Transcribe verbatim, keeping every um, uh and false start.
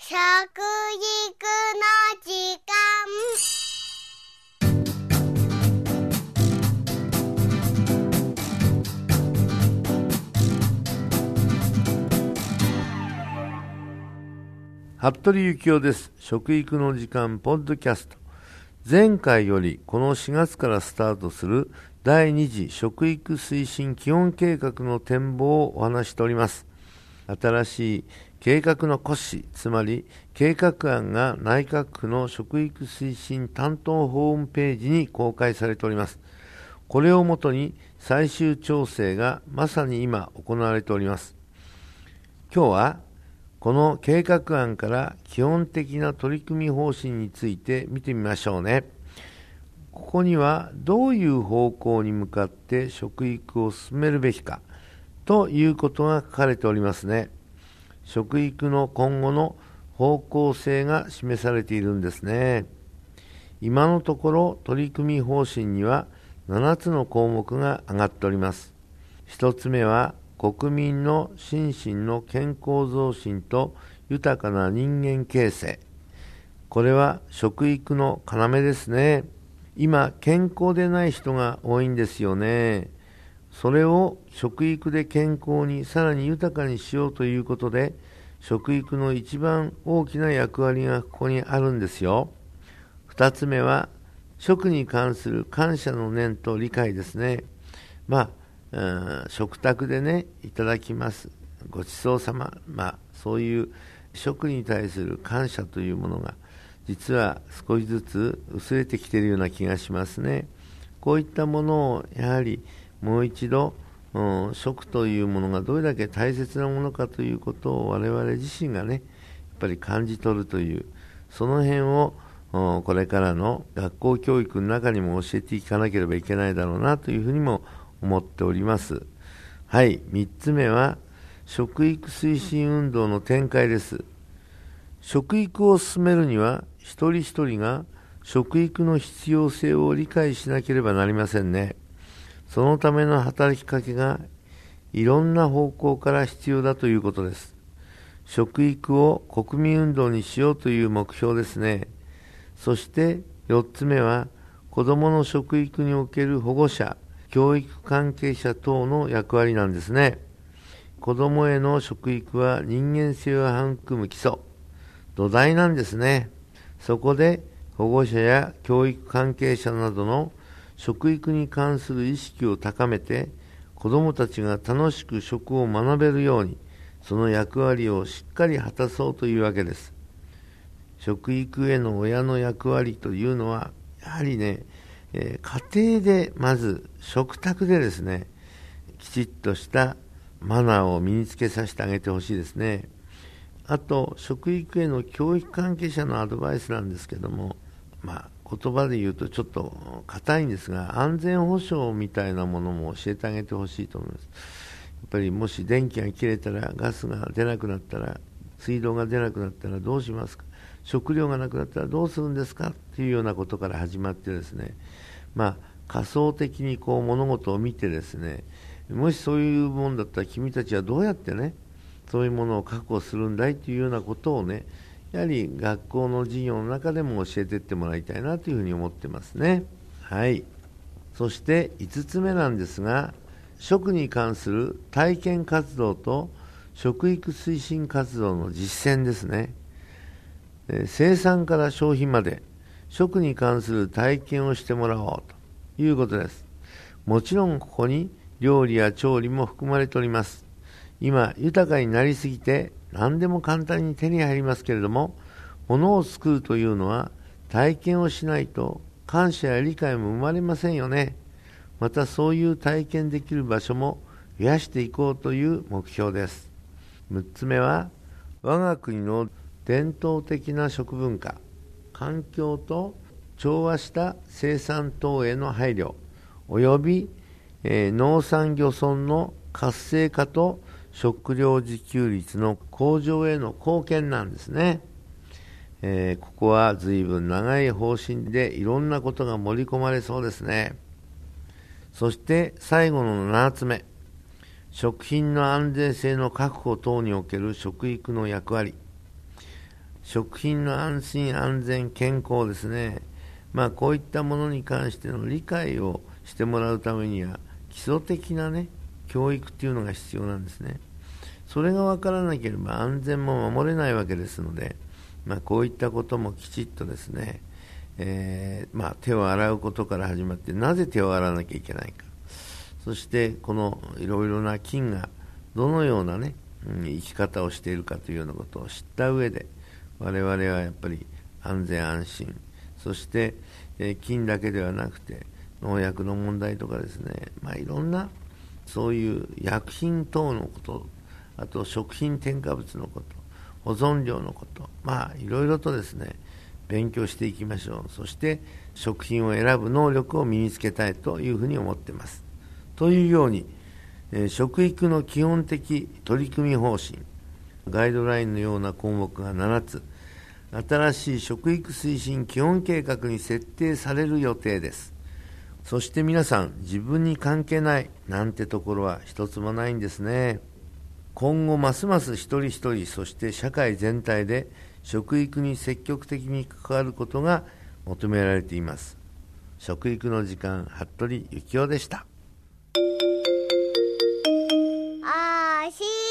食育の時間。 服部幸男です。食育の時間ポッドキャスト。前回よりこのしがつからスタートするだいに次食育推進基本計画の展望をお話しております。新しい計画の骨子、つまり計画案が内閣府の食育推進担当ホームページに公開されております。これをもとに最終調整がまさに今行われております。今日はこの計画案から基本的な取り組み方針について見てみましょうね。ここにはどういう方向に向かって食育を進めるべきかということが書かれておりますね。食育の今後の方向性が示されているんですね。今のところ取り組み方針にはななつの項目が挙がっております。ひとつめは国民の心身の健康増進と豊かな人間形成。これは食育の要ですね。今健康でない人が多いんですよね。それを食育で健康にさらに豊かにしようということで、食育の一番大きな役割がここにあるんですよ。二つ目は食に関する感謝の念と理解ですね。まあ、うん、食卓でねいただきますごちそうさま、まあそういう食に対する感謝というものが実は少しずつ薄れてきているような気がしますね。こういったものをやはりもう一度、うん、食というものがどれだけ大切なものかということを我々自身がねやっぱり感じ取るという、その辺をこれからの学校教育の中にも教えていかなければいけないだろうなというふうにも思っております。はい、みっつめは食育推進運動の展開です。食育を進めるには一人一人が食育の必要性を理解しなければなりませんね。そのための働きかけがいろんな方向から必要だということです。食育を国民運動にしようという目標ですね。そしてよっつめは子どもの食育における保護者、教育関係者等の役割なんですね。子どもへの食育は人間性を育む基礎、土台なんですね。そこで保護者や教育関係者などの食育に関する意識を高めて、子どもたちが楽しく食を学べるように、その役割をしっかり果たそうというわけです。食育への親の役割というのは、やはりね、えー、家庭でまず食卓でですね、きちっとしたマナーを身につけさせてあげてほしいですね。あと食育への教育関係者のアドバイスなんですけども、まあ言葉で言うとちょっと硬いんですが、安全保障みたいなものも教えてあげてほしいと思います。やっぱりもし電気が切れたら、ガスが出なくなったら、水道が出なくなったらどうしますか、食料がなくなったらどうするんですかっていうようなことから始まってですね、まあ仮想的にこう物事を見てですね、もしそういうもんだったら君たちはどうやってねそういうものを確保するんだいというようなことをね、やはり学校の授業の中でも教えていってもらいたいなというふうに思ってますね。はい。そしていつつめなんですが、食に関する体験活動と食育推進活動の実践ですね。生産から消費まで食に関する体験をしてもらおうということです。もちろんここに料理や調理も含まれております。今豊かになりすぎて何でも簡単に手に入りますけれども、物を作るというのは体験をしないと感謝や理解も生まれませんよね。またそういう体験できる場所も増やしていこうという目標です。むっつめは我が国の伝統的な食文化、環境と調和した生産等への配慮および、えー、農産漁村の活性化と食料自給率の向上への貢献なんですね。えー、ここは随分長い方針でいろんなことが盛り込まれそうですね。そして最後のななつめ、食品の安全性の確保等における食育の役割。 食品の安心安全健康ですね、まあ、こういったものに関しての理解をしてもらうためには基礎的なね教育っていうのが必要なんですね。それが分からなければ安全も守れないわけですので、まあ、こういったこともきちっとですね、えーまあ、手を洗うことから始まって、なぜ手を洗わなきゃいけないか、そしてこのいろいろな菌がどのような、ねうん、生き方をしているかというようなことを知った上で、我々はやっぱり安全安心、そして、えー、菌だけではなくて農薬の問題とかですね、まあ、いろんなそういう薬品等のこと、あと食品添加物のこと、保存料のこと、まあいろいろとですね勉強していきましょう。そして食品を選ぶ能力を身につけたいというふうに思っています。というように、えー、食育の基本的取り組み方針、ガイドラインのような項目がななつ、新しい食育推進基本計画に設定される予定です。そして皆さん、自分に関係ないなんてところは一つもないんですね。今後ますます一人一人、そして社会全体で食育に積極的に関わることが求められています。食育の時間、服部幸男でした。 あし